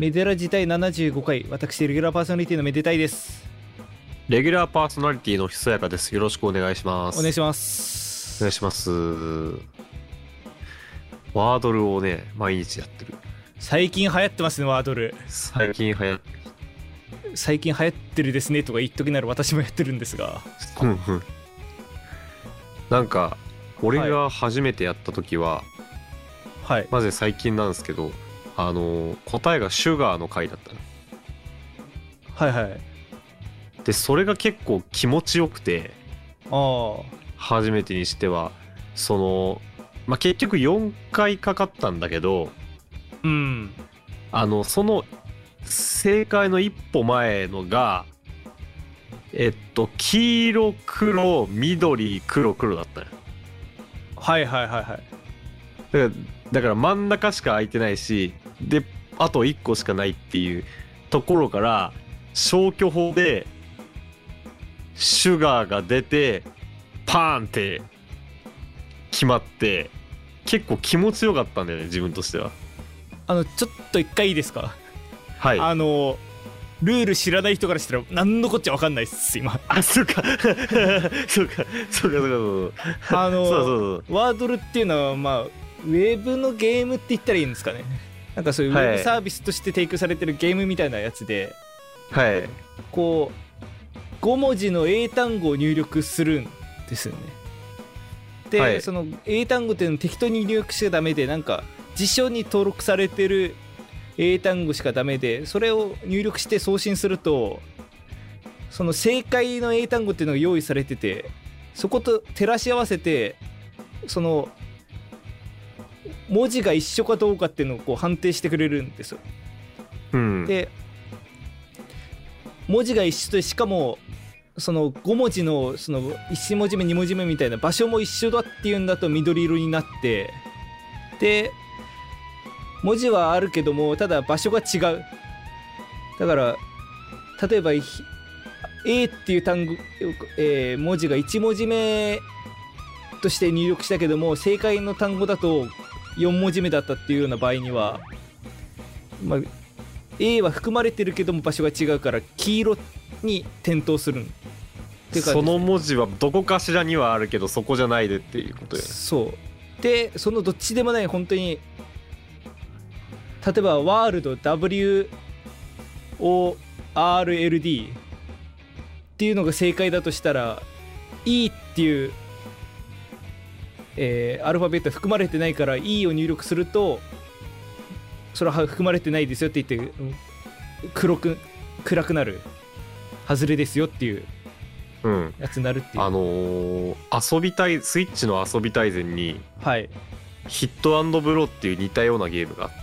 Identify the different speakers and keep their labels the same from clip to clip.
Speaker 1: メデラ自体75回、私レギュラーパーソナリティのめでたいです。
Speaker 2: レギュラーパーソナリティのひそやかです。よろしくお願いします。
Speaker 1: お願いします。
Speaker 2: お願いします。ワードルをね、毎日やってる。
Speaker 1: 最近流行ってますね、ワードル。
Speaker 2: 最近流行
Speaker 1: ってるですねとか言っときなら私もやってるんですが。
Speaker 2: なんか俺が初めてやった時は、
Speaker 1: はい、
Speaker 2: まず最近なんですけど、答えがシュガーの回だったの。
Speaker 1: はいはい。
Speaker 2: でそれが結構気持ちよくて、初めてにしては結局4回かかったんだけど、その正解の一歩前のが黄色黒緑黒黒だったよ。
Speaker 1: はいはいはいはい。
Speaker 2: だから真ん中しか空いてないし、であと1個しかないっていうところから消去法でシュガーが出てパーンって決まって、結構気持ちよかったんだよね、自分としては。
Speaker 1: ちょっと一回いいですか？
Speaker 2: はい。
Speaker 1: ルール知らない人からしたら何のこっちゃ分かんないっす今。
Speaker 2: そうかそうかそう
Speaker 1: ワードルっていうのはまあウェブのゲームって言ったらいいんですかね。なんかそういうウェブサービスとして提供されてるゲームみたいなやつで、
Speaker 2: はい、
Speaker 1: こう5文字の英単語を入力するんですよね。で、はい、その英単語っていうのを適当に入力しちゃダメで、なんか辞書に登録されてる英単語しかダメで、それを入力して送信するとその正解の英単語っていうのが用意されてて、そこと照らし合わせてその文字が一緒かどうかっていうのをこう判定してくれるんですよ。で文字が一緒で、しかもその5文字のその1文字目2文字目みたいな場所も一緒だっていうんだと緑色になって、で文字はあるけどもただ場所が違う。だから例えば A っていう単語、文字が1文字目として入力したけども正解の単語だと4文字目だったっていうような場合には、A は含まれてるけども場所が違うから黄色に点灯するっていうか、
Speaker 2: その文字はどこかしらにはあるけどそこじゃないでっていうことよね。
Speaker 1: そうで、そのどっちでもない本当に、例えばワールド WORLD っていうのが正解だとしたら E っていう、アルファベット含まれてないから E を入力するとそれは含まれてないですよって言って暗くなる、外れですよっていうやつになるっていう、
Speaker 2: 遊びたいスイッチの遊び大全に、
Speaker 1: はい、
Speaker 2: ヒット&ブローっていう似たようなゲームがあって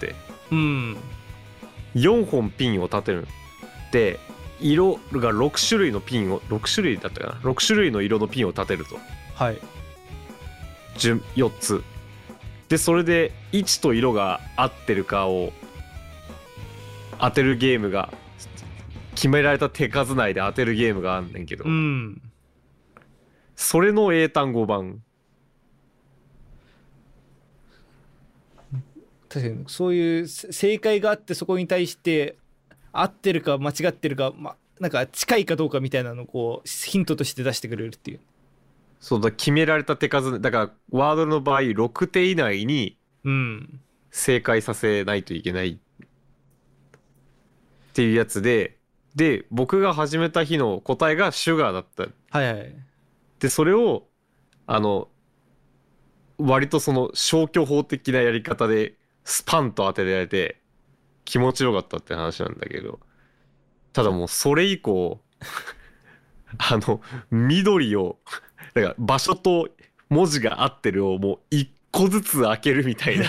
Speaker 2: 、4本ピンを立てる。で色が6種類のピンを6種類だったかな6種類の色のピンを立てると、
Speaker 1: はい、
Speaker 2: 4つで、それで位置と色が合ってるかを当てるゲームが、決められた手数内で当てるゲームがあんねんけど、それの英単語版。
Speaker 1: 確かにそういう正解があってそこに対して合ってるか間違ってるか、なんか近いかどうかみたいなのをこうヒントとして出してくれるっていう。
Speaker 2: そうだ、決められた手数だからワードの場合6手以内に正解させないといけないっていうやつで、僕が始めた日の答えがシュガーだった。
Speaker 1: はいはい。
Speaker 2: でそれを割とその消去法的なやり方でスパンと当てられて気持ちよかったって話なんだけど、ただもうそれ以降緑をだから場所と文字が合ってるをもう一個ずつ開けるみたいな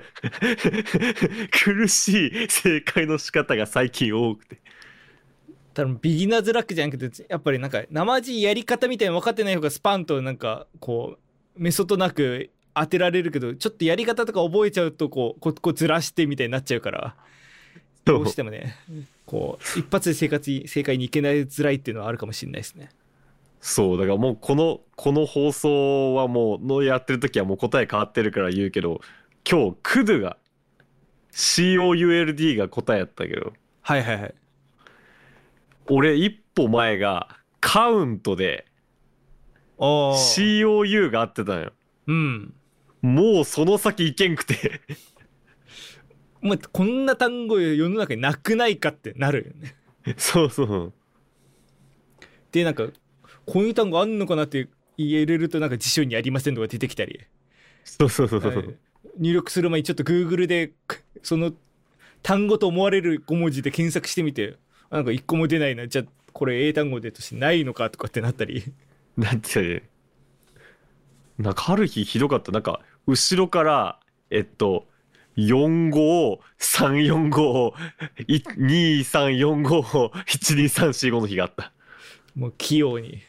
Speaker 2: 苦しい正解の仕方が最近多くて、
Speaker 1: 多分ビギナーズラックじゃなくて、やっぱりなんか生地やり方みたいなの分かってない方がスパンとなんかこうメソッドなく当てられるけど、ちょっとやり方とか覚えちゃうとこうずらしてみたいになっちゃうから、どうしてもねこう一発で正解にいけないづらいっていうのはあるかもしれないですね。
Speaker 2: そうだからもうこの放送はもうのやってる時はもう答え変わってるから言うけど、今日クドゥが COULD が答えやったけど、
Speaker 1: はいはいはい。
Speaker 2: 俺一歩前がカウントで
Speaker 1: ああ。
Speaker 2: COU が合ってたのよ。
Speaker 1: うん。
Speaker 2: もうその先いけんくて
Speaker 1: まあ、こんな単語世の中になくないかってなるよね。
Speaker 2: そうそう。
Speaker 1: で、なんか、こういう単語あんのかなって言えれると、なんか辞書にありませんとか出てきたり、
Speaker 2: そうそうそうそ
Speaker 1: はい、
Speaker 2: う。
Speaker 1: 入力する前にちょっと Google で、その単語と思われる5文字で検索してみて、なんか1個も出ないな、じゃあこれ英単語でとしてないのかとかってなったり。
Speaker 2: なんて、なんかある日ひどかった。なんか、後ろから、45、345、2345、12345の日があった。
Speaker 1: もう器用に。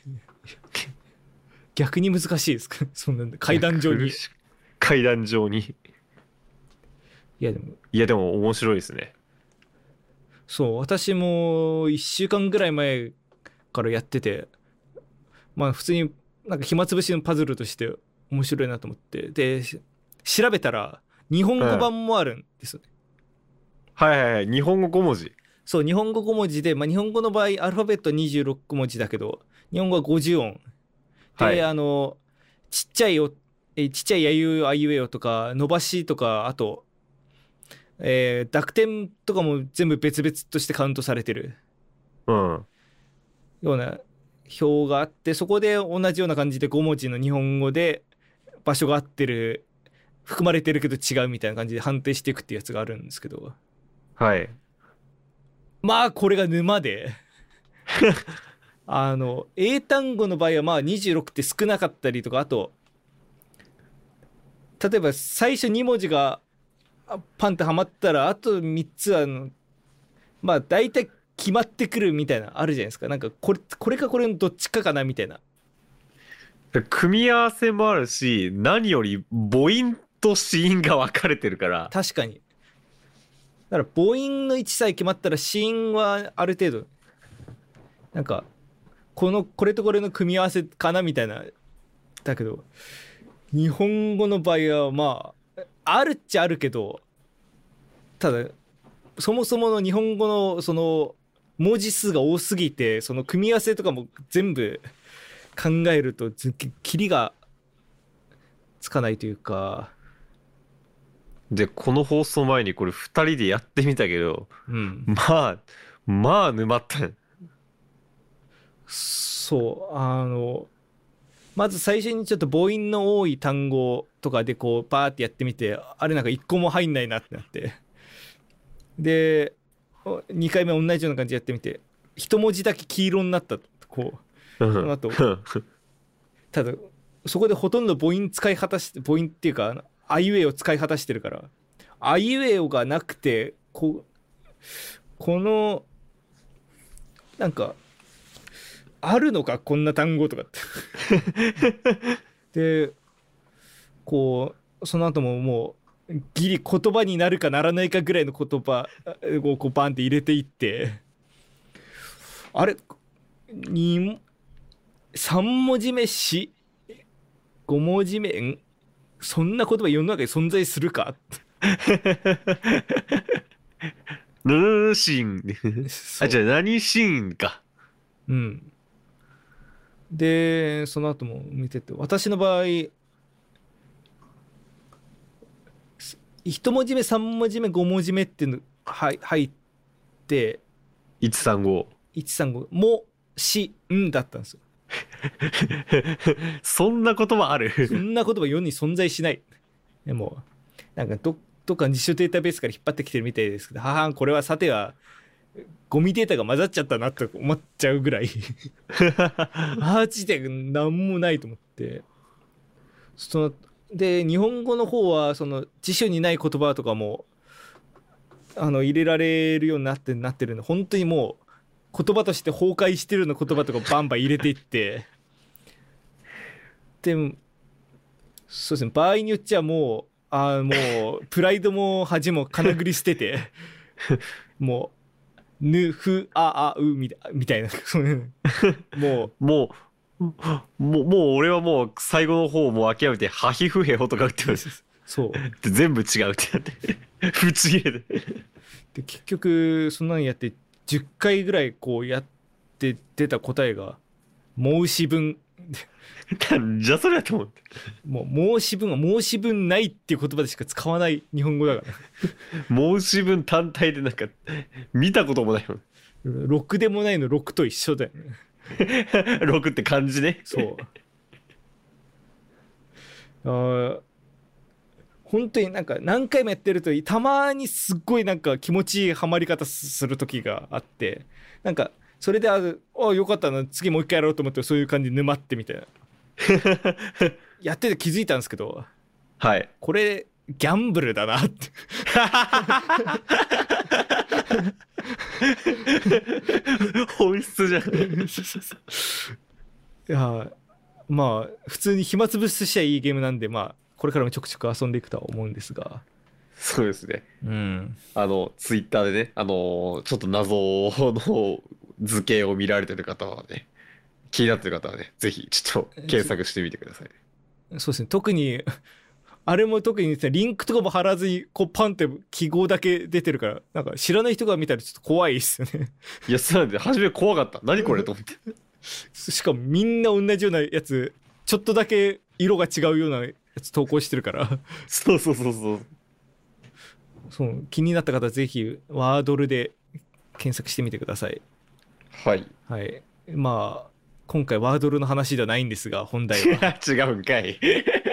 Speaker 1: 逆に難しいですかそんな階段上に。い
Speaker 2: 階段上に。
Speaker 1: やでも、
Speaker 2: いや、でも面白いですね。
Speaker 1: そう、私も1週間ぐらい前からやってて、まあ普通になんか暇つぶしのパズルとして面白いなと思って、で、調べたら日本語
Speaker 2: うん。
Speaker 1: 版もあるんですよね。
Speaker 2: はいはいはい。日本語5文字。
Speaker 1: そう、日本語5文字で、まあ、日本語の場合アルファベットは26文字だけど、日本語は50音で、
Speaker 2: はい。
Speaker 1: ちっちゃいよ、ちっちゃいやゆあいうえおとか伸ばしとか、あと、濁点とかも全部別々としてカウントされてる
Speaker 2: うん。
Speaker 1: ような表があって、そこで同じような感じで5文字の日本語で場所が合ってる、含まれてるけど違うみたいな感じで判定していくっていうやつがあるんですけど、
Speaker 2: はい。
Speaker 1: まあこれが沼で、英単語の場合はまあ26って少なかったりとか、あと例えば最初2文字がパンってはまったら、あと3つはまあ大体決まってくるみたいなあるじゃないですか。なんかこれかこれのどっちかかなみたいな。
Speaker 2: 組み合わせもあるし、何より母音と子音が分かれてるから。
Speaker 1: 確かに。だから母音の位置さえ決まったら子音はある程度なんかこれとこれの組み合わせかなみたいな。だけど日本語の場合はまああるっちゃあるけど、ただそもそもの日本語のその文字数が多すぎて、その組み合わせとかも全部考えるとキリがつかないというか。
Speaker 2: で、この放送前にこれ2人でやってみたけど、
Speaker 1: うん。
Speaker 2: まあ沼ったん。
Speaker 1: そうまず最初にちょっと母音の多い単語とかでこうバーってやってみて、あれなんか一個も入んないなってなって、で2回目同じような感じでやってみて一文字だけ黄色になったと。こうその後ただそこでほとんど母音使い果たして母音っていうかあいうえを使い果たしてるから、あいうえおがなくてこのなんかあるのかこんな単語とかってでこその後ももうギリ言葉になるかならないかぐらいの言葉をこうバンって入れていって、あれ3文字目し5文字目そんな言葉世の中に存在するか
Speaker 2: ルーシン。あ、じゃあ
Speaker 1: そ
Speaker 2: 何シーンか。
Speaker 1: う。うん。でその後も見てて、私の場合1文字目3文字目5文字目っていうの入って
Speaker 2: 135。
Speaker 1: 135もしんだったんですよ。
Speaker 2: そんな言葉ある？
Speaker 1: そんな言葉世に存在しない。でもなんかどっか辞書データベースから引っ張ってきてるみたいですけど、ははんこれはさてはゴミデータが混ざっちゃったなと思っちゃうぐらいマジで何もないと思って、そので日本語の方はその辞書にない言葉とかも入れられるようになってるんで、本当にもう言葉として崩壊してるような言葉とかバンバン入れていって、でそうですね、場合によっちゃももうプライドも恥もかなぐり捨ててもうぬふああうみたいなそういうも
Speaker 2: ももう俺はもう最後の方もう諦めてハヒフヘホとか打ってます。
Speaker 1: そう
Speaker 2: で全部違うってなってぶち切れて
Speaker 1: で結局そんなのやって10回ぐらいこうやって出た答えが申し分
Speaker 2: なんじゃそれやと思って。
Speaker 1: もう申し分は申し分ないっていう言葉でしか使わない日本語だから
Speaker 2: 申し分単体でなんか見たこともないもん。
Speaker 1: ろくでもないの6と一緒だよね。
Speaker 2: 6って漢字ね。
Speaker 1: そう本当になんか何回もやってるとたまにすっごいなんか気持ちいいハマり方する時があって、なんかそれでよかったな次もう一回やろうと思ってそういう感じで沼ってみたいなやってて気づいたんですけど、
Speaker 2: はい、
Speaker 1: これギャンブルだなって
Speaker 2: 本質じゃん。
Speaker 1: いやまあ普通に暇つぶししちゃいいゲームなんで、まあこれからもちょくちょく遊んでいくとは思うんですが。
Speaker 2: そうですね。
Speaker 1: うん。
Speaker 2: ツイッターでね、ちょっと謎の図形を見られてる方はね、気になってる方はね、ぜひちょっと検索してみてください。
Speaker 1: そうですね。特にあれも特にですね、リンクとかも貼らずにこうパンって記号だけ出てるから、なんか知らない人が見たらちょっと怖いですよね。
Speaker 2: いや、そうなんで初め怖かった。何これと思って。
Speaker 1: しかもみんな同じようなやつ、ちょっとだけ色が違うようなやつ投稿してるから
Speaker 2: そうそうそうそう。
Speaker 1: そう気になった方はぜひワードルで検索してみてください。
Speaker 2: はい。
Speaker 1: はい。まあ今回ワードルの話ではないんですが本題は
Speaker 2: 違うんかい。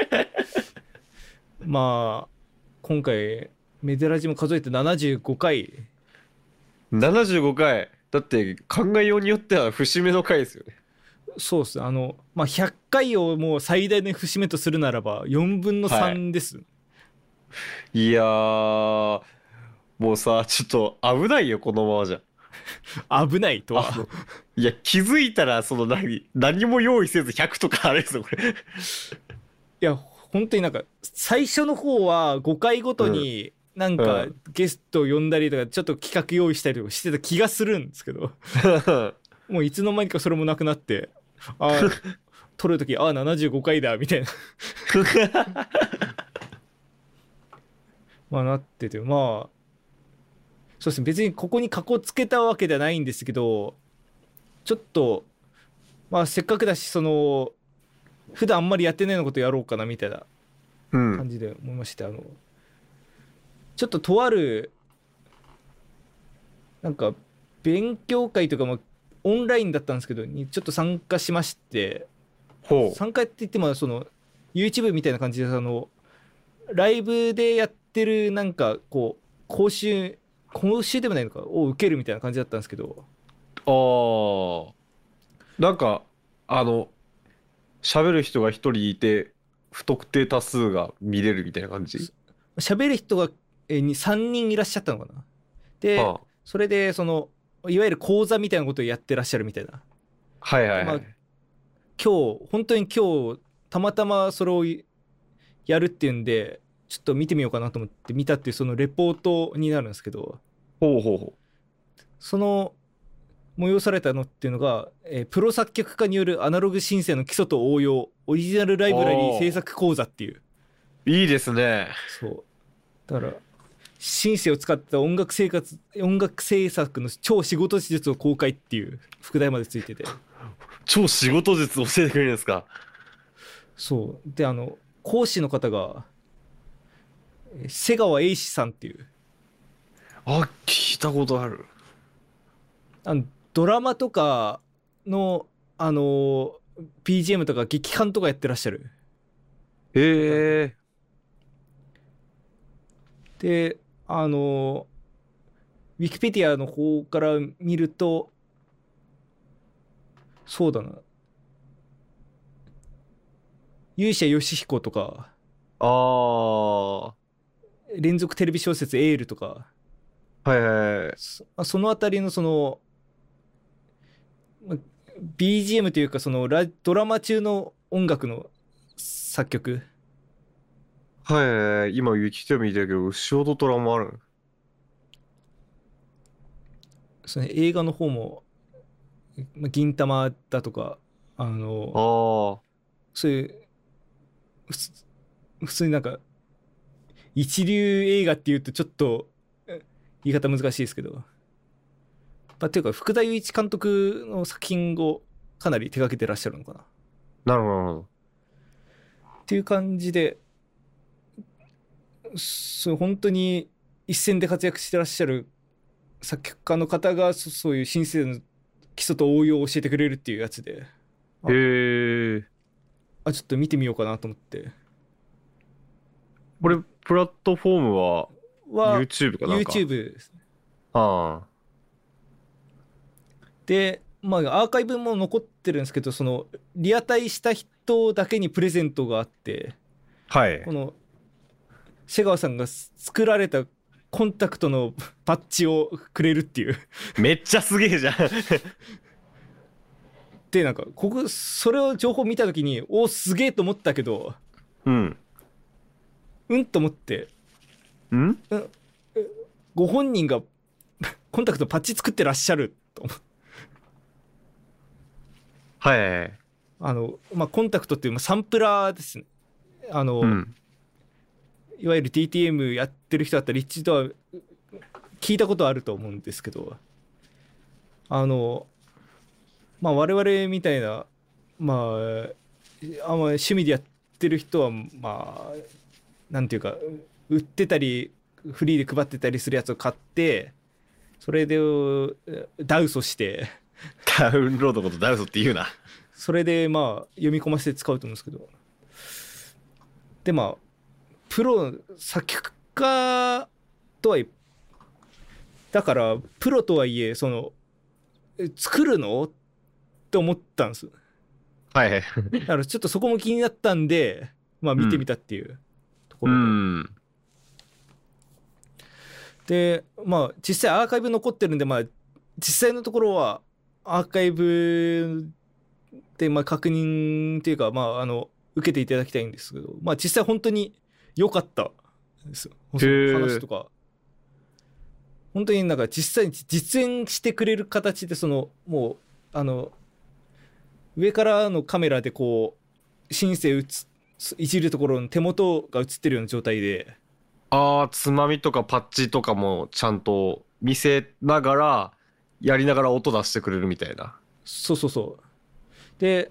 Speaker 1: まあ今回メデラジも数えて75回。
Speaker 2: 75回。だって考えようによっては節目の回ですよね。
Speaker 1: そうっす。まあ、100回をもう最大の節目とするならば4分の3です。
Speaker 2: いやー、もうさ、ちょっと危ないよ、このままじゃ。
Speaker 1: 危ないとは。
Speaker 2: いや、気づいたら、何も用意せず100とかあれですよ、これ。
Speaker 1: いや、本当になんか、最初の方は5回ごとに、なんかゲストを呼んだりとか、ちょっと企画用意したりとかしてた気がするんですけど、もういつの間にかそれもなくなって、撮るとき、75回だ、みたいな。まあなってて、まあ、そうですね、別にここにかこつけたわけではないんですけど、ちょっと、まあせっかくだし、普段あんまりやってないようなことやろうかなみたいな感じで思いまして、ちょっととある、なんか、勉強会とかもオンラインだったんですけど、にちょっと参加しまして、参加って言っても、YouTube みたいな感じで、ライブでやってる、なんか、こう、講習でもないのか、を受けるみたいな感じだったんですけど。
Speaker 2: なんか、喋る人が一人いて、不特定多数が見れるみたいな感じ。
Speaker 1: 喋る人が3人いらっしゃったのかな。で、それで、いわゆる講座みたいなことをやってらっしゃるみたいな。
Speaker 2: はいはいはい。
Speaker 1: 本当に今日、たまたまそれをやるっていうんで、ちょっと見てみようかなと思って見たっていうそのレポートになるんですけど、その催されたのっていうのが、プロ作曲家によるアナログシンセの基礎と応用オリジナルライブラリー制作講座っていう。
Speaker 2: いいですね。
Speaker 1: そうだからシンセを使った音楽制作の超仕事術を公開っていう副題までついてて、
Speaker 2: 超仕事術教えてくれるんですか。
Speaker 1: そうで講師の方が瀬川英史さんっていう、
Speaker 2: 聞いたことある。
Speaker 1: ドラマとかのBGM とか劇伴とかやってらっしゃる。
Speaker 2: へえ。
Speaker 1: でウィキペディアの方から見ると、そうだな、勇者ヨシヒコとか連続テレビ小説エールとか、
Speaker 2: はいはい。
Speaker 1: そのあたりのBGM というかドラマ中の音楽の作曲。
Speaker 2: はい、今ウィキペディア見てるけど、後ろとトラもある。
Speaker 1: 映画の方も銀魂だとかそういう普通になんか一流映画っていうとちょっと言い方難しいですけど、まあ、っていうか福田雄一監督の作品をかなり手掛けてらっしゃるのかな。
Speaker 2: なるほど。
Speaker 1: っていう感じで、本当に一線で活躍してらっしゃる作曲家の方がそういうシンセの基礎と応用を教えてくれるっていうやつで、
Speaker 2: へえ。
Speaker 1: ちょっと見てみようかなと思って。
Speaker 2: これプラットフォームは YouTube かなんか。
Speaker 1: YouTube ですね。
Speaker 2: ああ。
Speaker 1: でまあアーカイブも残ってるんですけど、そのリアタイした人だけにプレゼントがあって、
Speaker 2: はい。
Speaker 1: この瀬川さんが作られたコンタクトのパッチをくれるっていう
Speaker 2: めっちゃすげえじゃん
Speaker 1: でなんかそれを情報見た時にすげえと思ったけど、
Speaker 2: うん
Speaker 1: と思って、ご本人がコンタクトパッチ作ってらっしゃると思って、
Speaker 2: はい。
Speaker 1: まあコンタクトっていうサンプラーですね。いわゆる TTM やってる人だったら一度は聞いたことあると思うんですけど、まあ我々みたいな、まあ趣味でやってる人はまあなんていうか、売ってたりフリーで配ってたりするやつを買って、それでダウソして
Speaker 2: ダウンロードことダウソって言うな。
Speaker 1: それでまあ読み込ませて使うと思うんですけど、でまあプロ作曲家とはいえ、だからプロとはいえその作るのって思ったんです。
Speaker 2: はいはい。
Speaker 1: だからちょっとそこも気になったんで、まあ見てみたっていうところで、でまあ実際アーカイブ残ってるんで、まあ実際のところはアーカイブでまあ確認っていうか、まあ受けていただきたいんですけど、まあ実際本当に良かったです。話とか本当になんか実際に実演してくれる形で、そのもう上からのカメラでこうシンセいじるところの手元が映ってるような状態で、
Speaker 2: つまみとかパッチとかもちゃんと見せながらやりながら音出してくれるみたいな。
Speaker 1: そうで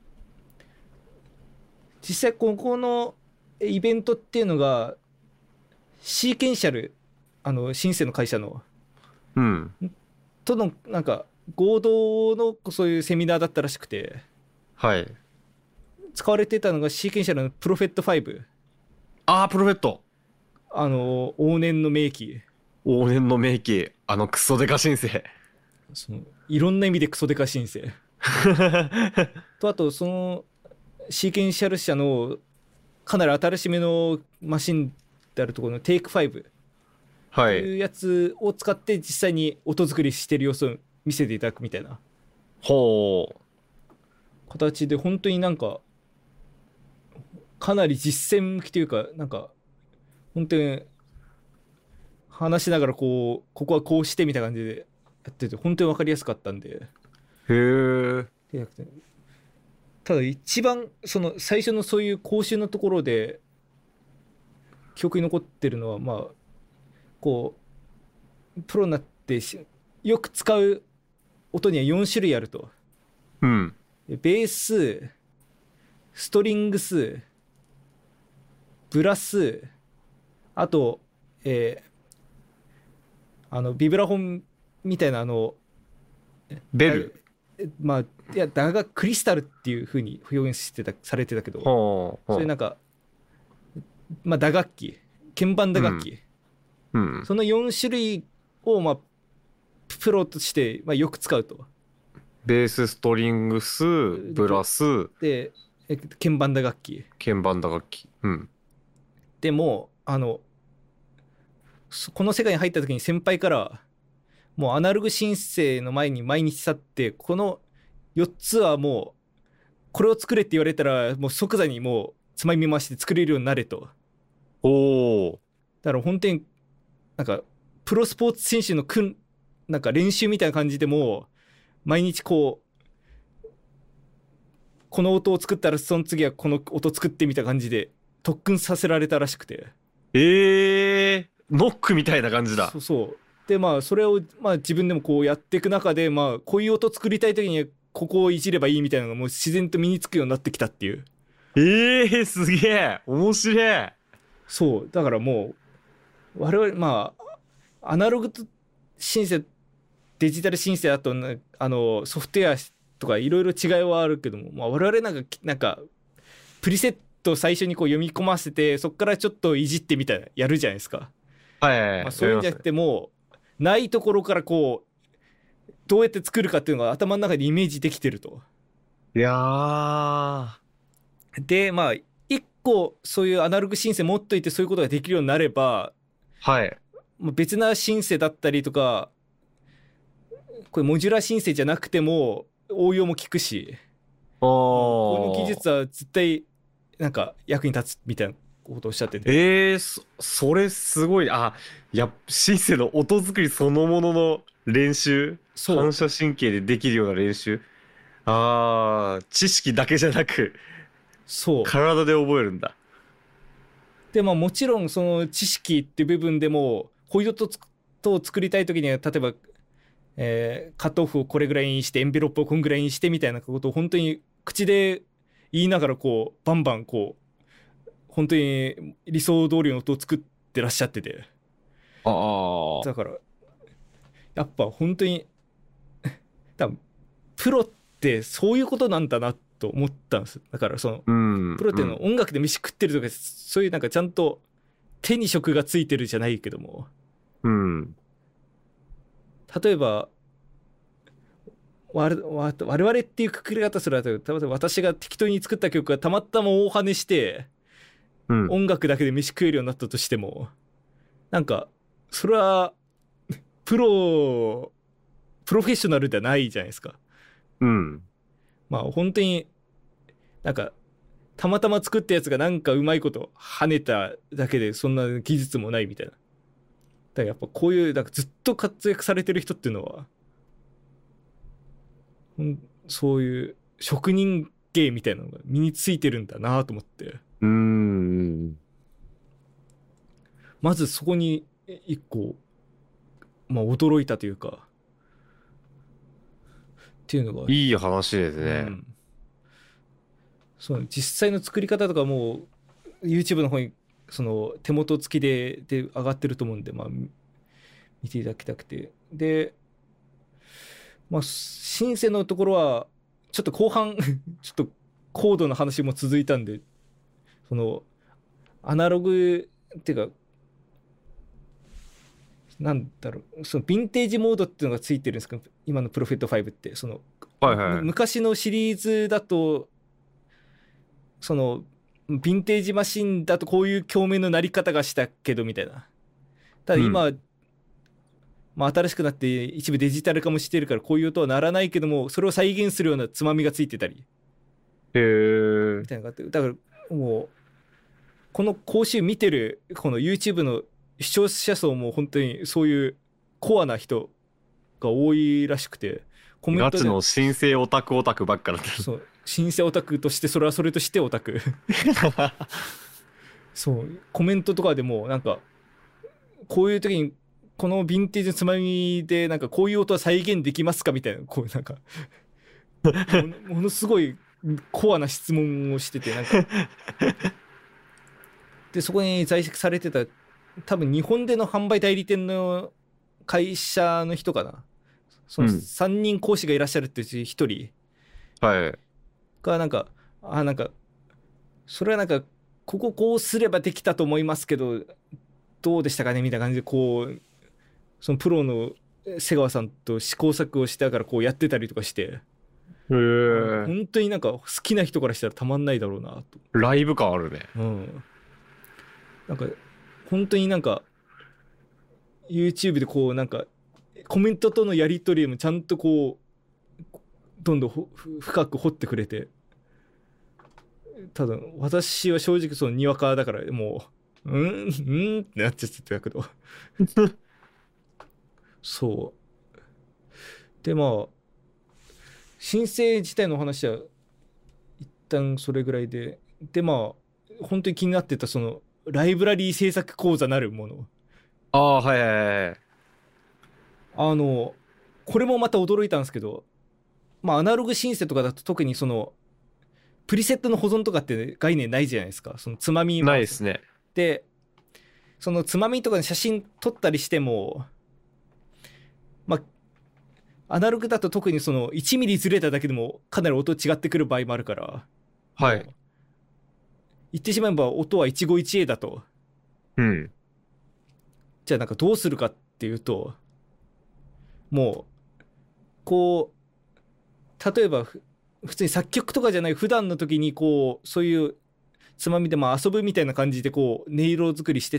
Speaker 1: 実際ここのイベントっていうのがシーケンシャル、シンセの会社のとのなんか合同のそういうセミナーだったらしくて、
Speaker 2: はい。
Speaker 1: 使われてたのがシーケンシャルのプロフェット5。
Speaker 2: プロフェット、
Speaker 1: 往年の名機、
Speaker 2: クソデカシンセ。
Speaker 1: いろんな意味でクソデカシンセと、あとそのシーケンシャル社のかなり新しめのマシンであるところのテイク5というやつを使って実際に音作りしてる様子を見せていただくみたいな形で、本当になんかかなり実践向きというか、なんか本当に話しながらここはこうしてみたいな感じでやってて、本当に分かりやすかったんで。ただ一番その最初のそういう講習のところで記憶に残ってるのは、まあこうプロになってよく使う音には4種類あると。ベース、ストリングス、ブラス、あとビブラフォンみたいな
Speaker 2: ベル、
Speaker 1: まあいやだがクリスタルっていう風に表現されてたけど、それなんかまあ打楽器、鍵盤打楽器、その4種類をまあプロとしてまあよく使うと。
Speaker 2: ベース、ストリングス、ブラス
Speaker 1: で鍵盤打楽器。でもこの世界に入った時に先輩からもうアナログ申請の前に毎日去って、この4つはもうこれを作れって言われたらもう即座にもうつまみ回して作れるようになれと。だから本当になんかプロスポーツ選手のなんか練習みたいな感じで、もう毎日この音を作ったらその次はこの音作ってみたいな感じで特訓させられたらしくて。
Speaker 2: ノックみたいな感じだ。
Speaker 1: そうそう。でまあそれをまあ自分でもこうやっていく中で、まあこういう音作りたい時にここをいじればいいみたいなのがもう自然と身につくようになってきたっていう。
Speaker 2: すげえ面白い。
Speaker 1: そうだからもう我々まあアナログとシンセデジタルシンセだとね、ソフトウェアとかいろいろ違いはあるけども、まあ、我々なんかプリセットを最初にこう読み込ませてそこからちょっといじってみたいなやるじゃないですか。
Speaker 2: はいはいはい。
Speaker 1: まあ、そういうんじゃなくてもうないところからこうどうやって作るかっていうのが頭の中でイメージできてると。
Speaker 2: いやー。は
Speaker 1: でまあ一個そういうアナログシンセ持っといてそういうことができるようになれば、
Speaker 2: い。
Speaker 1: まあ別なシンセだったりとかこれモジュラーシンセじゃなくても応用も効くし、この技術は絶対なんか役に立つみたいなことをおっしゃってて、
Speaker 2: それすごい。シンセの音作りそのものの練習、
Speaker 1: そう
Speaker 2: 反射神経でできるような練習。知識だけじゃなく、
Speaker 1: そう
Speaker 2: 体で覚えるんだ。
Speaker 1: でまあもちろんその知識っていう部分でもこういう音を作りたい時には例えば、カットオフをこれぐらいにしてエンベロップをこんぐらいにしてみたいなことを本当に口で言いながらこうバンバンこう本当に理想通りの音を作ってらっしゃってて、
Speaker 2: あ
Speaker 1: だからやっぱ本当に多分プロってそういうことなんだなと思ったんです。だからそのプロっていうのは音楽で飯食ってるとかそういうなんかちゃんと手に職がついてるじゃないけども、例えば我々っていうくくり方すると例えば私が適当に作った曲がたまたま大跳ねして、音楽だけで飯食えるようになったとしてもなんかそれはプロフェッショナルではないじゃないですか。まあ本当になんかたまたま作ったやつがなんかうまいこと跳ねただけでそんな技術もないみたいな。だからやっぱこういうなんかずっと活躍されてる人っていうのはそういう職人芸みたいなのが身についてるんだなと思って、まずそこに一個まあ驚いたというかっていうのが
Speaker 2: いい話ですね。
Speaker 1: その実際の作り方とかも YouTube の方にその手元付きで上がってると思うんで、まあ、見ていただきたくて、でまあシンセのところはちょっと後半ちょっと高度な話も続いたんで、そのアナログっていうかなんだろう、そのヴィンテージモードっていうのがついてるんですか今のプロフェット5って。その、昔のシリーズだとそのヴィンテージマシンだとこういう鏡面のなり方がしたけどみたいな。ただ今、まあ、新しくなって一部デジタル化もしてるからこういう音はならないけどもそれを再現するようなつまみがついてたりみたいなのがあって、だからもうこの講習見てるこの YouTube の視聴者層も本当にそういうコアな人が多いらしくて、
Speaker 2: コメントでガチの新生オタクばっかだった。
Speaker 1: そう新生オタクとしてそれはそれとしてオタクそうコメントとかでもなんかこういう時にこのヴィンテージのつまみでなんかこういう音は再現できますかみたいなこうなんかものすごいコアな質問をしててなんかでそこに在籍されてた多分日本での販売代理店の会社の人かな、その3人講師がいらっしゃるってうち1人がなんかなんかそれはなんかこうすればできたと思いますけどどうでしたかねみたいな感じでこうそのプロの瀬川さんと試行錯誤してからこうやってたりとかして、本当になんか好きな人からしたらたまんないだろうなと。
Speaker 2: ライブ感あるね。
Speaker 1: なんか本当になんか YouTube でこうなんかコメントとのやり取りもちゃんとこうどんどん深く掘ってくれて、ただ私は正直そのにわかだからもうってなっちゃってたけどそうでまあ申請自体の話は一旦それぐらいで、まあ本当に気になってたそのライブラリー制作講座なるもの。
Speaker 2: ああ、はいはいはい。
Speaker 1: これもまた驚いたんですけど、まあアナログシンセとかだと特にそのプリセットの保存とかって概念ないじゃないですか。そのつまみ
Speaker 2: ないですね。
Speaker 1: で、そのつまみとかで写真撮ったりしても、まあアナログだと特にその1ミリずれただけでもかなり音違ってくる場合もあるから、
Speaker 2: はい。
Speaker 1: 言ってしまえば音は一期一会だと。
Speaker 2: うん。
Speaker 1: じゃあなんかどうするかっていうと、もうこう例えば普通に作曲とかじゃない普段の時にこうそういうつまみでまあ遊ぶみたいな感じでこう音色作りしてって、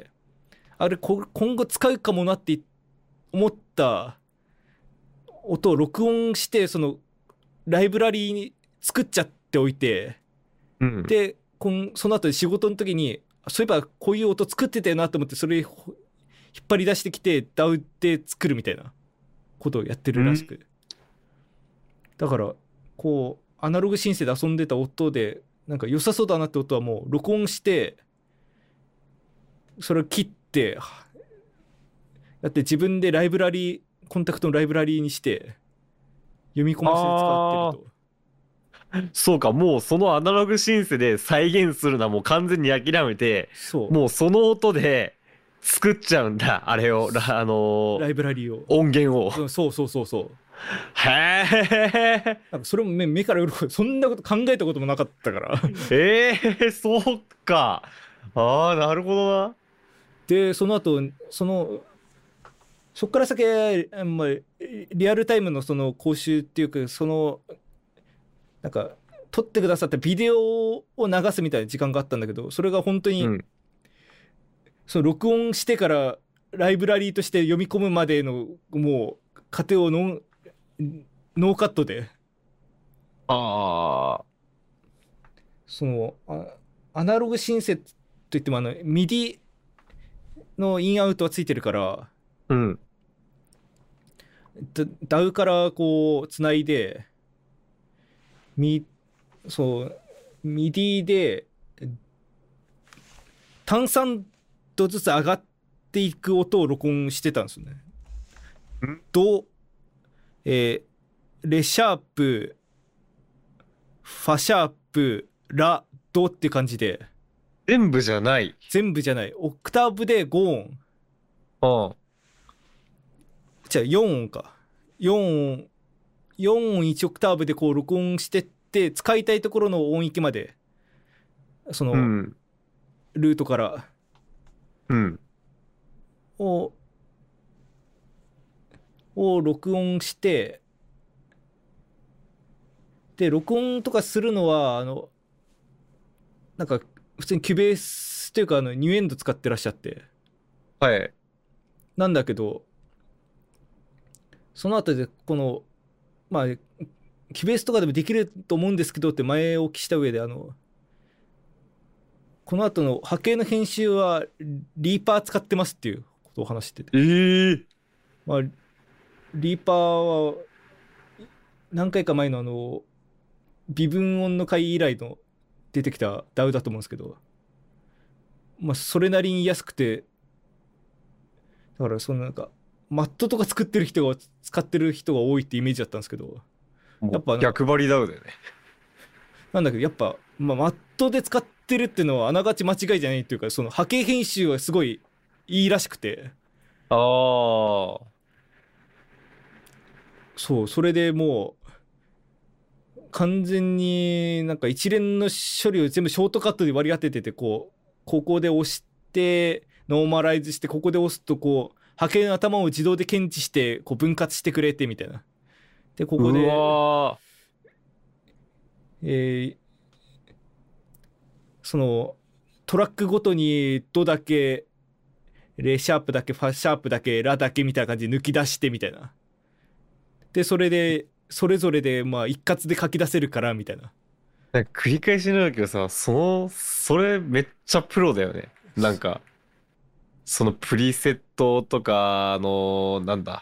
Speaker 1: あれ今後使うかもなって思った音を録音して、そのライブラリーに作っちゃっておいて、
Speaker 2: うん。
Speaker 1: でその後で仕事の時にそういえばこういう音作ってたよなと思って、それ引っ張り出してきてダウで作るみたいなことをやってるらしく、だからこうアナログシンセで遊んでた音でなんか良さそうだなって音はもう録音してそれを切ってだって自分でライブラリーコンタクトのライブラリーにして読み込ませて使ってると。
Speaker 2: そうか、もうそのアナログシンセで再現するのはもう完全に諦めて、
Speaker 1: そう
Speaker 2: もうその音で作っちゃうんだ、あれを、
Speaker 1: ライブラリーを、
Speaker 2: 音源を。
Speaker 1: そうそうそうそう。
Speaker 2: へえ。
Speaker 1: なんかそれも目から鱗、そんなこと考えたこともなかったから
Speaker 2: そうか。ああ、なるほどな。
Speaker 1: でその後そっから先、まあ、リアルタイムのその講習っていうか、そのなんか撮ってくださったビデオを流すみたいな時間があったんだけど、それが本当に、
Speaker 2: うん。
Speaker 1: その録音してからライブラリーとして読み込むまでのもう過程をノーカットで、
Speaker 2: ああ。
Speaker 1: そのアナログシンセといってもミディのインアウトはついてるから、
Speaker 2: うん。
Speaker 1: ダウからこうつないでそうミディで単3度ずつ上がっていく音を録音してたんですよね。ド、レシャープ、ファシャープ、ラ、ドって感じで、
Speaker 2: 全部じゃない。
Speaker 1: 全部じゃない、オクターブで5音、
Speaker 2: ああ。
Speaker 1: じゃあ4音か、4音1オクターブでこう録音してって、使いたいところの音域までその、
Speaker 2: うん。
Speaker 1: ルートから
Speaker 2: うん。
Speaker 1: を録音して、で録音とかするのはなんか普通にキュベースというかニューエンド使ってらっしゃって、
Speaker 2: はい。
Speaker 1: なんだけどその後でこのまあキュベースとかでもできると思うんですけどって前置きした上でこの後の波形の編集はリーパー使ってますっていうことを話してて、まあ、リーパーは何回か前の微分音の回以来の出てきたダウだと思うんですけど、まあそれなりに安くて、だからそのなんかマットとか作ってる人が使ってる人が多いってイメージだったんですけど、やっぱ
Speaker 2: 逆張りダウだよね。
Speaker 1: なんだけどやっぱ、まあ、マットで使ってるっていうのはあながち間違いじゃないっていうか、その波形編集はすごいいいらしくて、
Speaker 2: ああ。
Speaker 1: そうそれでもう完全になんか一連の処理を全部ショートカットで割り当ててて、ここで押してノーマライズして、ここで押すとこう波形の頭を自動で検知してこう分割してくれてみたいな。でここで
Speaker 2: うわ
Speaker 1: そのトラックごとにドだけレシャープだけファシャープだけラだけみたいな感じで抜き出してみたいな。でそれでそれぞれでまあ一括で書き出せるからみたいな。
Speaker 2: なんか繰り返しになるけどさ、それめっちゃプロだよね。なんか、そのプリセットとか、なんだ、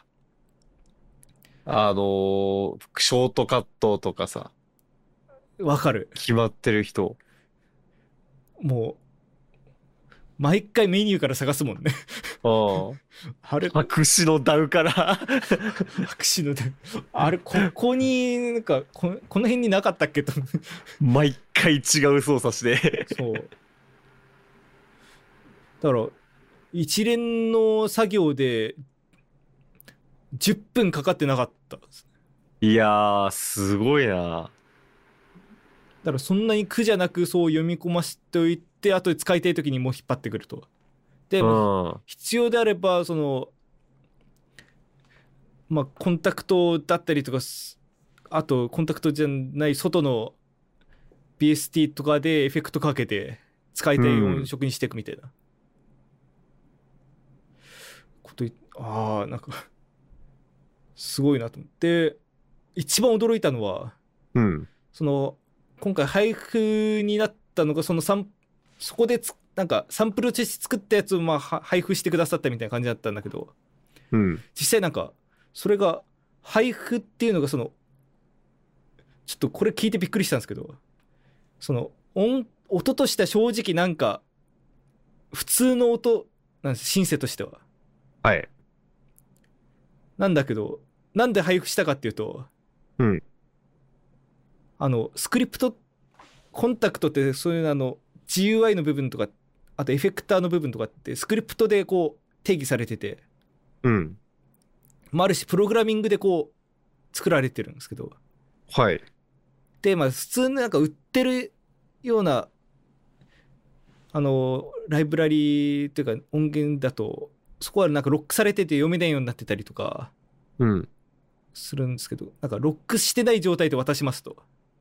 Speaker 2: ショートカットとかさ、
Speaker 1: わかる。
Speaker 2: 決まってる人。
Speaker 1: も毎回メニューから探すもんね。あれ
Speaker 2: 白紙のダウから
Speaker 1: 白紙のダウ、あれここになんかこの辺になかったっけと
Speaker 2: 毎回違う操作して
Speaker 1: そうだから一連の作業で10分かかってなかったです。
Speaker 2: いやーすごいな。
Speaker 1: だからそんなに苦じゃなくそう読み込ませておいて、あとで使いたい時にもう引っ張ってくると。で、必要であればそのまあコンタクトだったりとか、あとコンタクトじゃない外の BST とかでエフェクトかけて使いたい音色にしていくみたいなこと。なんかすごいなと思って、一番驚いたのは、その今回配布になったのがそこでなんかサンプルとして作ったやつをまあ配布してくださったみたいな感じだったんだけど、実際なんかそれが配布っていうのがちょっとこれ聞いてびっくりしたんですけど、その音としては正直なんか普通の音なんです、シンセとしては。なんだけど、なんで配布したかっていうと、スクリプトコンタクトってそういうGUI の部分とか、あとエフェクターの部分とかってスクリプトでこう定義されてて、あるしプログラミングでこう作られてるんですけど、でまあ普通になんか売ってるようなライブラリというか音源だと、そこはなんかロックされてて読めないようになってたりとかするんですけど、なんかロックしてない状態で渡しますと。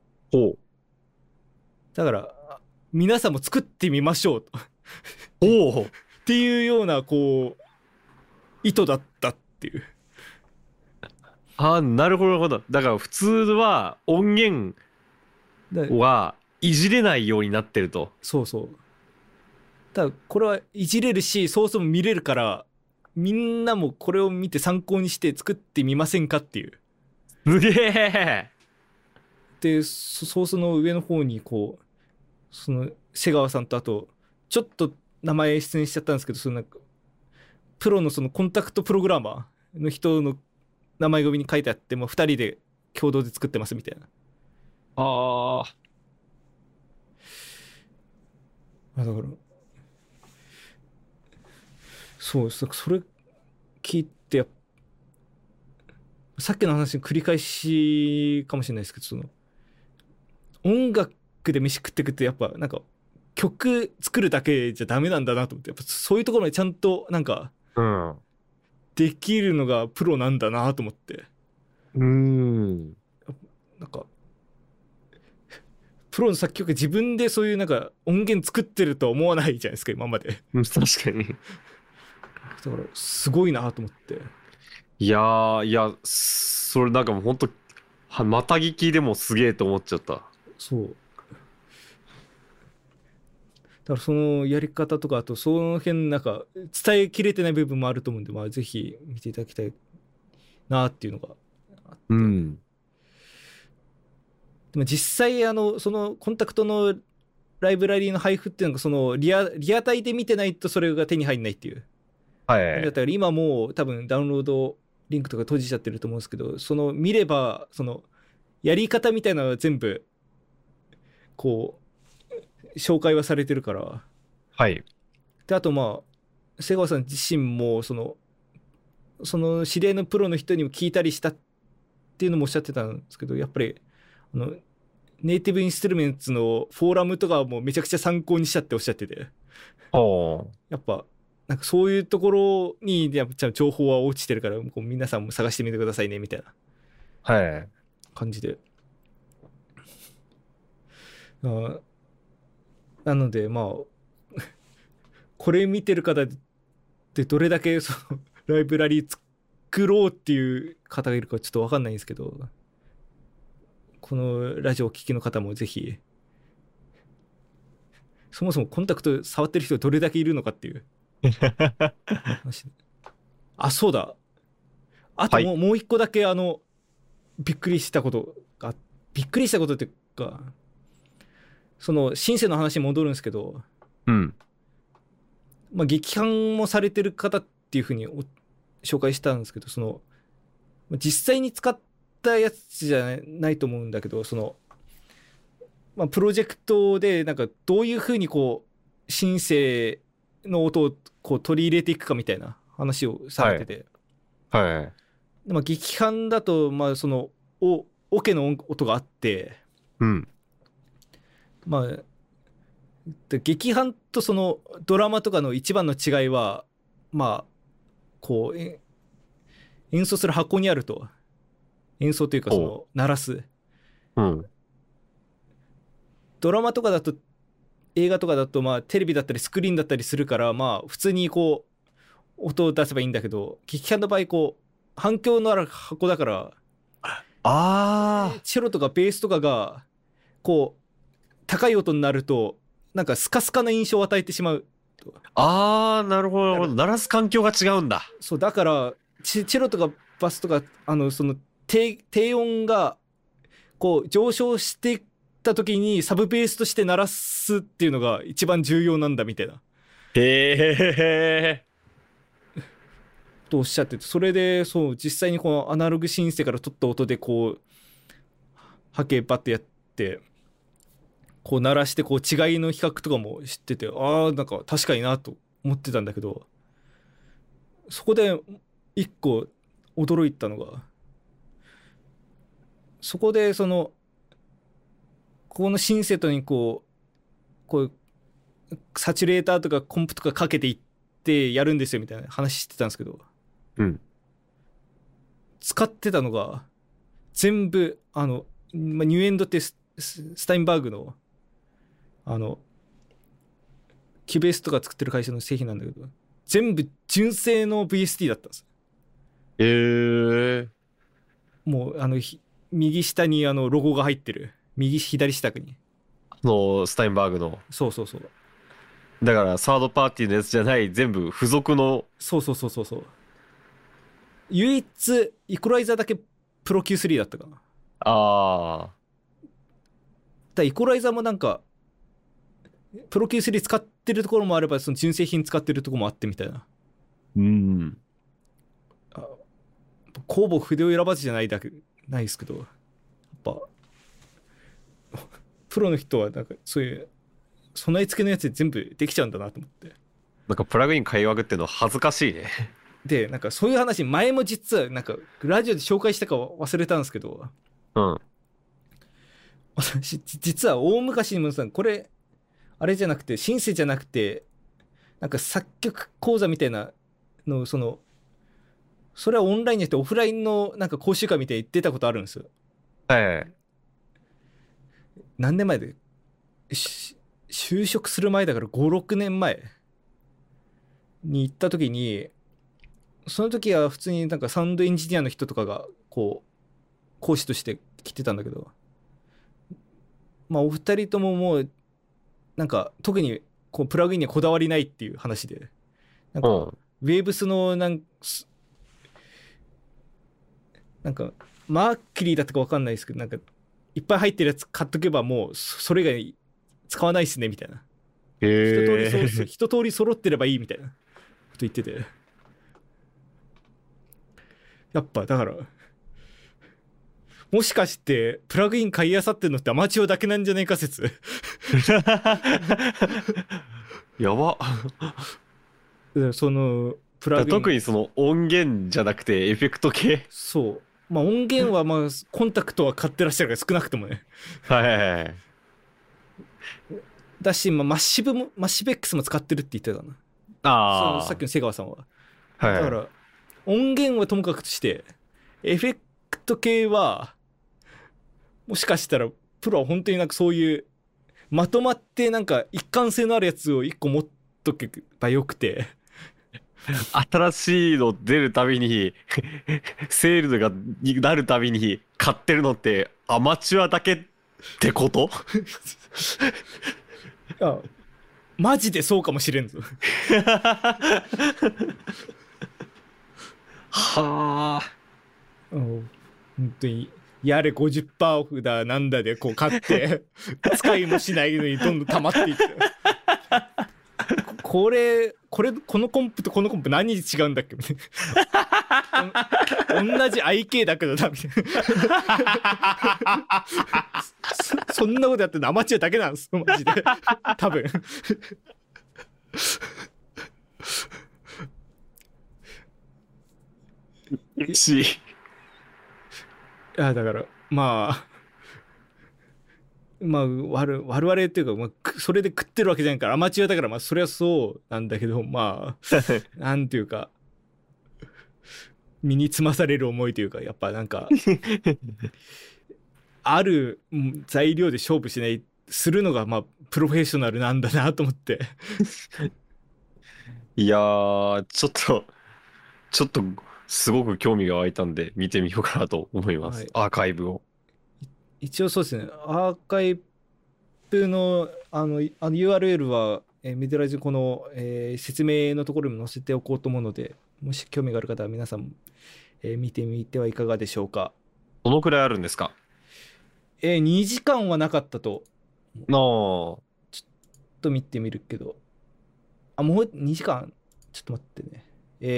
Speaker 1: だから皆さんも作ってみましょうとっていうようなこう意図だったっていう。
Speaker 2: なるほど。だから普通は音源はいじれないようになってると。
Speaker 1: そうただこれはいじれるしソースも見れるから、みんなもこれを見て参考にして作ってみませんかっていう。
Speaker 2: すげえ。
Speaker 1: でソースの上の方にこうその瀬川さんと、あとちょっと名前出演しちゃったんですけど、そのなんかプロのそのコンタクトプログラマーの人の名前が上に書いてあって、もう2人で共同で作ってますみたいな。だからそれ聞いて、さっきの話の繰り返しかもしれないですけど、その音楽で飯食ってくってやっぱなんか曲作るだけじゃダメなんだなと思って、やっぱそういうところまでちゃんとなんかできるのがプロなんだなと思って、なんかプロの作曲家自分でそういうなんか音源作ってるとは思わないじゃないですか今まで。
Speaker 2: 確かに。
Speaker 1: だからすごいなと思って。
Speaker 2: いやそれなんかもうほんとまた聞きでもすげえと思っちゃった。
Speaker 1: そうだからそのやり方とか、あとその辺なんか伝えきれてない部分もあると思うんで、まあぜひ見ていただきたいなっていうのがあって、でも実際そのコンタクトのライブラリーの配布っていうのがそのリアタイで見てないとそれが手に入んないっていう。だったら今もう多分ダウンロードリンクとか閉じちゃってると思うんですけど、その見ればそのやり方みたいなのは全部こう紹介はされてるから。であとまあ瀬川さん自身もその知り合いのプロの人にも聞いたりしたっていうのもおっしゃってたんですけど、やっぱりネイティブインストゥルメンツのフォーラムとかもめちゃくちゃ参考にしちゃっておっしゃってて、やっぱなんかそういうところにやっぱ情報は落ちてるから、こう皆さんも探してみてくださいねみたいな感じで、なのでまあこれ見てる方でどれだけそのライブラリー作ろうっていう方がいるかちょっと分かんないんですけど、このラジオを聴きの方もぜひ、そもそもコンタクト触ってる人どれだけいるのかっていうそうだ、あともう一個だけびっくりしたことっていうか、そのシンセの話に戻るんですけど、 まあ、劇伴もされてる方っていう風に紹介したんですけど、その実際に使ったやつじゃないと思うんだけど、その、まあ、プロジェクトでなんかどういう風にこうシンセの音をこう取り入れていくかみたいな話をされてて、
Speaker 2: はい。
Speaker 1: まあ、劇伴だとまあそのオケの音があって、
Speaker 2: うん。
Speaker 1: まあで劇伴とそのドラマとかの一番の違いは、まあこう演奏する箱にあると、演奏というかその鳴らす、
Speaker 2: うん。
Speaker 1: ドラマとかだと、映画とかだとまあテレビだったりスクリーンだったりするから、まあ普通にこう音を出せばいいんだけど、劇伴の場合こう反響のある箱だから、チェロとかベースとかがこう高い音になるとなんかスカスカな印象を与えてしまう。
Speaker 2: なるほど。鳴らす環境が違うんだ。
Speaker 1: そうだからチェロとかバスとかその低音がこう上昇していった時にサブベースとして鳴らすっていうのが一番重要なんだみたいな
Speaker 2: へえ。
Speaker 1: とおっしゃってて、それでそう実際にこのアナログシンセから取った音でこう波形バッてやってこう鳴らしてこう違いの比較とかも知ってて、なんか確かになと思ってたんだけど、そこで一個驚いたのが、そこでそのこのシンセットにこうサチュレーターとかコンプとかかけていってやるんですよみたいな話してたんですけど、
Speaker 2: うん。
Speaker 1: 使ってたのが全部まあ、ニューエンドってスタインバーグのキュベースとか作ってる会社の製品なんだけど、全部純正の VST だったんです。もう右下にロゴが入ってる、左下に
Speaker 2: スタインバーグの。
Speaker 1: そうそうそう、
Speaker 2: だからサードパーティーのやつじゃない全部付属の。
Speaker 1: そう唯一イコライザーだけプロ Q3 だったかな。イコライザーもなんかプロ Q3 使ってるところもあれば、その純正品使ってるところもあってみたいな。工房筆を選ばずじゃないですけど、やっぱプロの人はなんかそういう備え付けのやつで全部できちゃうんだなと思って。
Speaker 2: なんかプラグイン買い分けっていうの恥ずかしいね。
Speaker 1: でなんかそういう話前も実はなんかラジオで紹介したか忘れたんですけど、
Speaker 2: うん。
Speaker 1: 私実は大昔にもさ、これあれじゃなくてシンセじゃなくてなんか作曲講座みたいなの、それはオンラインじゃなくてオフラインのなんか講習会みたいに出たことあるんですよ。
Speaker 2: はい。
Speaker 1: 何年前で就職する前だから5、6年前に行った時に、その時は普通になんかサウンドエンジニアの人とかがこう講師として来てたんだけど、まあお二人とももうなんか特にこうプラグインにはこだわりないっていう話で、なんかウェーブスのなんかマーキュリーだったか分かんないですけど、なんかいっぱい入ってるやつ買っとけばもうそれ以外使わないっすねみたいな、一通り揃ってればいいみたいなこと言ってて、やっぱだからもしかしてプラグイン買いあさってるのってアマチュアだけなんじゃねえか説
Speaker 2: やば。
Speaker 1: そのプラグイン
Speaker 2: 特にその音源じゃなくてエフェクト系。
Speaker 1: そう、まあ音源はまあコンタクトは買ってらっしゃるから少なくともね。
Speaker 2: はい
Speaker 1: だし、まあ、マッシブ X も使ってるって言ってたかな。さっきの瀬川さんは、だから音源はともかくとしてエフェクト系はもしかしたらプロは本当になんかそういうまとまってなんか一貫性のあるやつを1個持っとけばよくて、
Speaker 2: 新しいの出るたびにセールがになるたびに買ってるのってアマチュアだけってこと
Speaker 1: いやマジでそうかもしれんぞ
Speaker 2: はあ。
Speaker 1: 本当にやれ 50% オフだなんだでこう買って使いもしないのにどんどん溜まっていってここのコンプとこのコンプ何違うんだっけみたいな同じ IK だけどなみたいなそんなことやってるのアマチュアだけなんですマジで多分
Speaker 2: し
Speaker 1: いやだからまあ我々っていうか、まあ、それで食ってるわけじゃないからアマチュアだからまあそりゃそうなんだけどまあなんていうか身につまされる思いというかやっぱなんかある材料で勝負しないするのがまあプロフェッショナルなんだなと思って
Speaker 2: いやーちょっとすごく興味が湧いたんで見てみようかなと思います、
Speaker 1: はい、
Speaker 2: アーカイブを。
Speaker 1: 一応そうですねアーカイブのURL は、メデラジこの、説明のところにも載せておこうと思うのでもし興味がある方は皆さん、見てみてはいかがでしょうか。
Speaker 2: どのくらいあるんですか。
Speaker 1: 2時間はなかったと
Speaker 2: なあ。
Speaker 1: ちょっと見てみるけどもう2時間ちょっと待ってね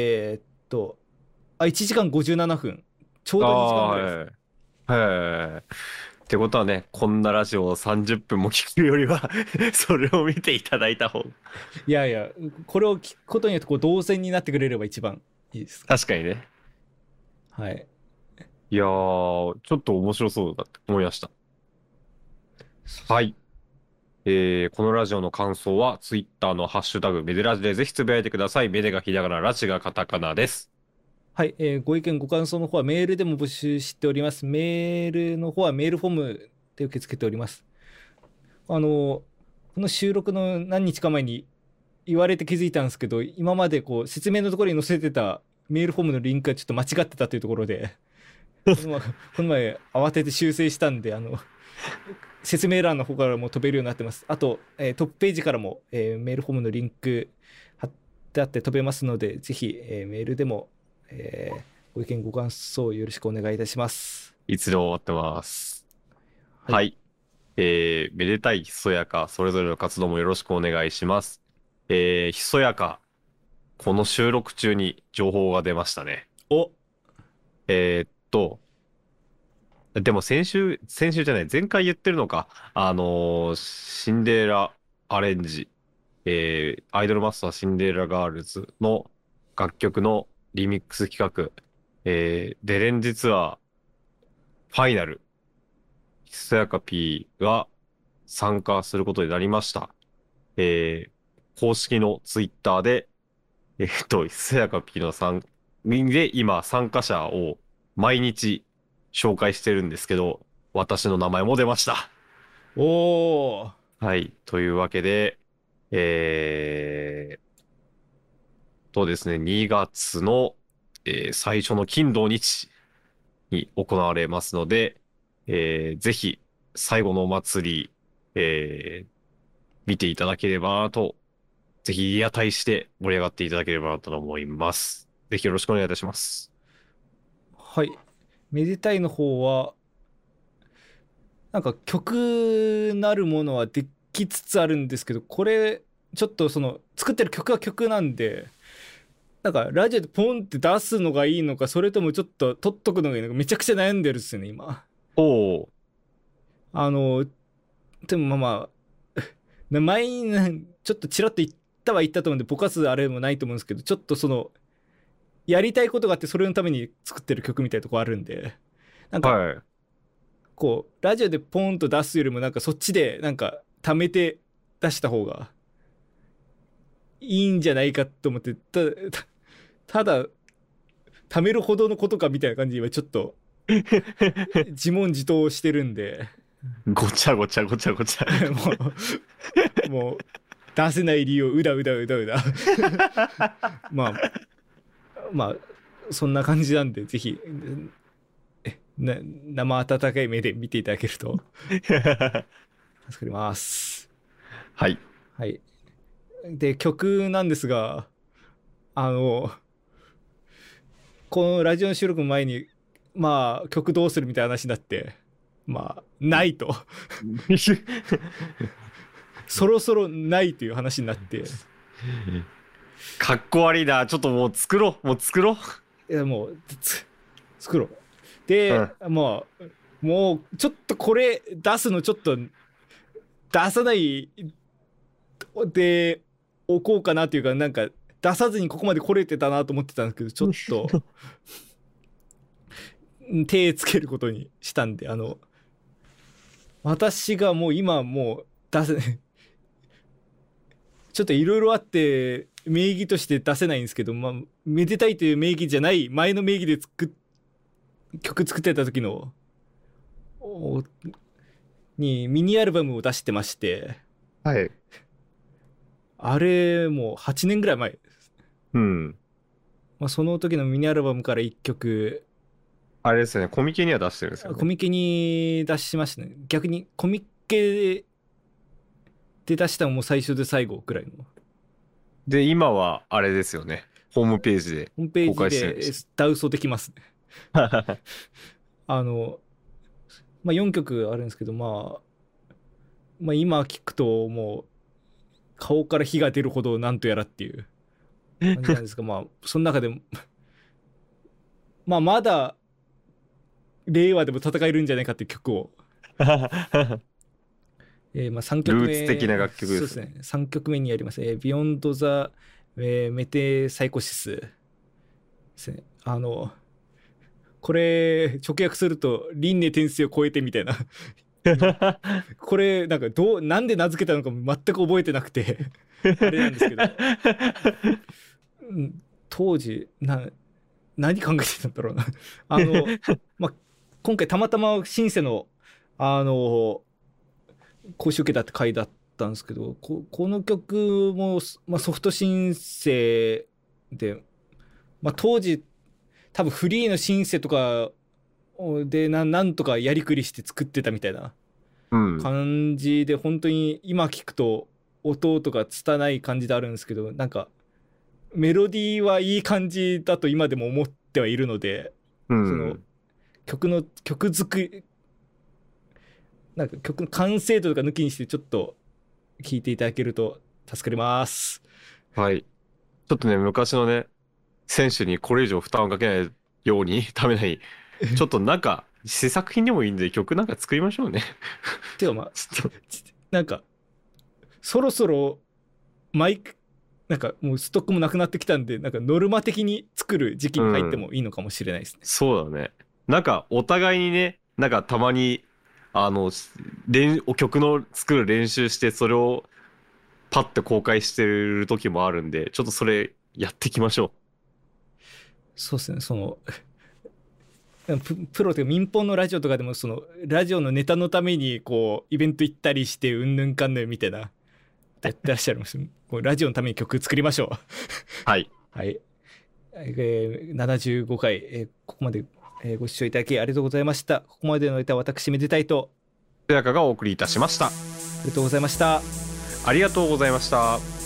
Speaker 1: 1時間57分ちょうど2時間ぐらいです。
Speaker 2: はい。ってことはね、こんなラジオを30分も聞くよりはそれを見ていただいた方。
Speaker 1: いやいや、これを聞くことによってこう動線になってくれれば一番いいです。
Speaker 2: 確かにね。
Speaker 1: はい。
Speaker 2: いやー、ちょっと面白そうだって思いました。はい。このラジオの感想は、ツイッターのハッシュタグ、メデラジでぜひつぶやいてください。メデがひらがな、ラジがカタカナです。
Speaker 1: はい、ご意見ご感想の方はメールでも募集しております。メールの方はメールフォームで受け付けております。この収録の何日か前に言われて気づいたんですけど、今までこう説明のところに載せてたメールフォームのリンクがちょっと間違ってたというところでこの前慌てて修正したんで説明欄の方からも飛べるようになってます。あと、トップページからも、メールフォームのリンク貼ってあって飛べますのでぜひ、メールでもご意見ご感想よろしくお願いいたします。
Speaker 2: いつでも待ってます。
Speaker 1: はい、
Speaker 2: はい。めでたいひそやか、それぞれの活動もよろしくお願いします。ひそやか、この収録中に情報が出ましたね。
Speaker 1: お
Speaker 2: でも先週じゃない、前回言ってるのか。シンデレラアレンジ、アイドルマスターシンデレラガールズの楽曲のリミックス企画、で連日はファイナル、ひそやか P が参加することになりました。公式のツイッターで、ひそやか P ので今参加者を毎日紹介してるんですけど、私の名前も出ました。
Speaker 1: おー。
Speaker 2: はい。というわけで、ですね、2月の、最初の金土日に行われますので、ぜひ最後のお祭り、見ていただければなと、ぜひリアタイして盛り上がっていただければなと思います。ぜひよろしくお願いいたします。
Speaker 1: はい。めでたいの方はなんか曲なるものはできつつあるんですけど、これちょっとその作ってる曲は曲なんでなんかラジオでポンって出すのがいいのかそれともちょっと取っとくのがいいのかめちゃくちゃ悩んでるっすよね今。
Speaker 2: おー。
Speaker 1: でもまあ前にちょっとちらっと言ったと思うんでぼかすあれもないと思うんですけど、ちょっとそのやりたいことがあってそれのために作ってる曲みたいなとこあるんで、なんか、
Speaker 2: はい。
Speaker 1: こうラジオでポンと出すよりもなんかそっちでなんか貯めて出した方がいいんじゃないかと思って、ただ貯めるほどのことかみたいな感じで今ちょっと自問自答してるんで
Speaker 2: ごちゃごちゃごちゃごちゃ
Speaker 1: もう出せない理由をうだまあそんな感じなんでぜひ生温かい目で見ていただけると助かります。
Speaker 2: はい。
Speaker 1: はい。で曲なんですがこのラジオの収録の前にまあ曲どうするみたいな話になってまあないとそろそろないという話になって
Speaker 2: かっこ悪いな。ちょっともう作ろう。
Speaker 1: いやもう作ろう。で、まあもうちょっとこれ出すのちょっと出さないでおこうかなっていうか、なんか出さずにここまで来れてたなと思ってたんですけど、ちょっと手つけることにしたんで、私がもう今もう出せないちょっといろいろあって名義として出せないんですけど、まあめでたいという名義じゃない前の名義で曲作ってた時のにミニアルバムを出してまして、
Speaker 2: はい。
Speaker 1: あれもう8年ぐらい前です。
Speaker 2: うん。
Speaker 1: まあ、その時のミニアルバムから1曲
Speaker 2: あれですよね、コミケには出してるんですよね。
Speaker 1: コミケに出しましたね。逆にコミケで出したのも最初で最後くらいの。
Speaker 2: で、今はあれですよね。ホームページで
Speaker 1: ホームペ
Speaker 2: 公
Speaker 1: ージで
Speaker 2: 開してるんです。
Speaker 1: ダウソできますね。あの、まあ、4曲あるんですけど、まあ今聞くともう顔から火が出るほどなんとやらっていう感じなんですが、まあその中でもまあまだ令和でも戦えるんじゃないかっていう曲を、まあ3曲
Speaker 2: ルーツ的な
Speaker 1: 目、
Speaker 2: 楽曲ですね。
Speaker 1: そうですね、3曲目にやります。ビヨンド・ザ・メテ・サイコシスですね。これ直訳すると輪廻転生を超えてみたいなこれなんかなんで名付けたのか全く覚えてなくてあれなんですけど、当時何考えてたんだろうなまあ、今回たまたまシンセの講習受けたって回だったんですけど、この曲も、まあ、ソフトシンセで、まあ、当時多分フリーのシンセとかでなんとかやりくりして作ってたみたいな
Speaker 2: うん。
Speaker 1: 感じで、本当に今聞くと音とか拙い感じであるんですけど、なんかメロディーはいい感じだと今でも思ってはいるので、
Speaker 2: う
Speaker 1: その
Speaker 2: ん。
Speaker 1: 曲作り、なんか曲の完成度とか抜きにしてちょっと聴いていただけると助かります。
Speaker 2: はい。ちょっとね、昔のね、選手にこれ以上負担をかけないようにために、ちょっとなんか、試作品でもいいんで曲なんか作りましょうね。
Speaker 1: てかまあ、
Speaker 2: ちょっと、
Speaker 1: なんかそろそろマイク、なんかもうストックもなくなってきたんで、なんかノルマ的に作る時期
Speaker 2: う
Speaker 1: に入って
Speaker 2: ん。
Speaker 1: もいいのかもしれないですね。
Speaker 2: そうだね。なんか、お互いにね、なんかたまに、あの、曲の作る練習して、それをパッて公開してる時もあるんで、ちょっとそれやっていきましょ
Speaker 1: そうですね、プロというか民放のラジオとかでもそのラジオのネタのためにこうイベント行ったりしてうんぬんかんぬんみたいなやってらっしゃいます。こうラジオのために曲作りましょう。
Speaker 2: う。はい。
Speaker 1: はい、75回、ここまで、ご視聴いただきありがとうございました。ここまでのネタは私めでたいと、
Speaker 2: とやかがお送りいたしました。
Speaker 1: ありがとうございました。
Speaker 2: ありがとうございました。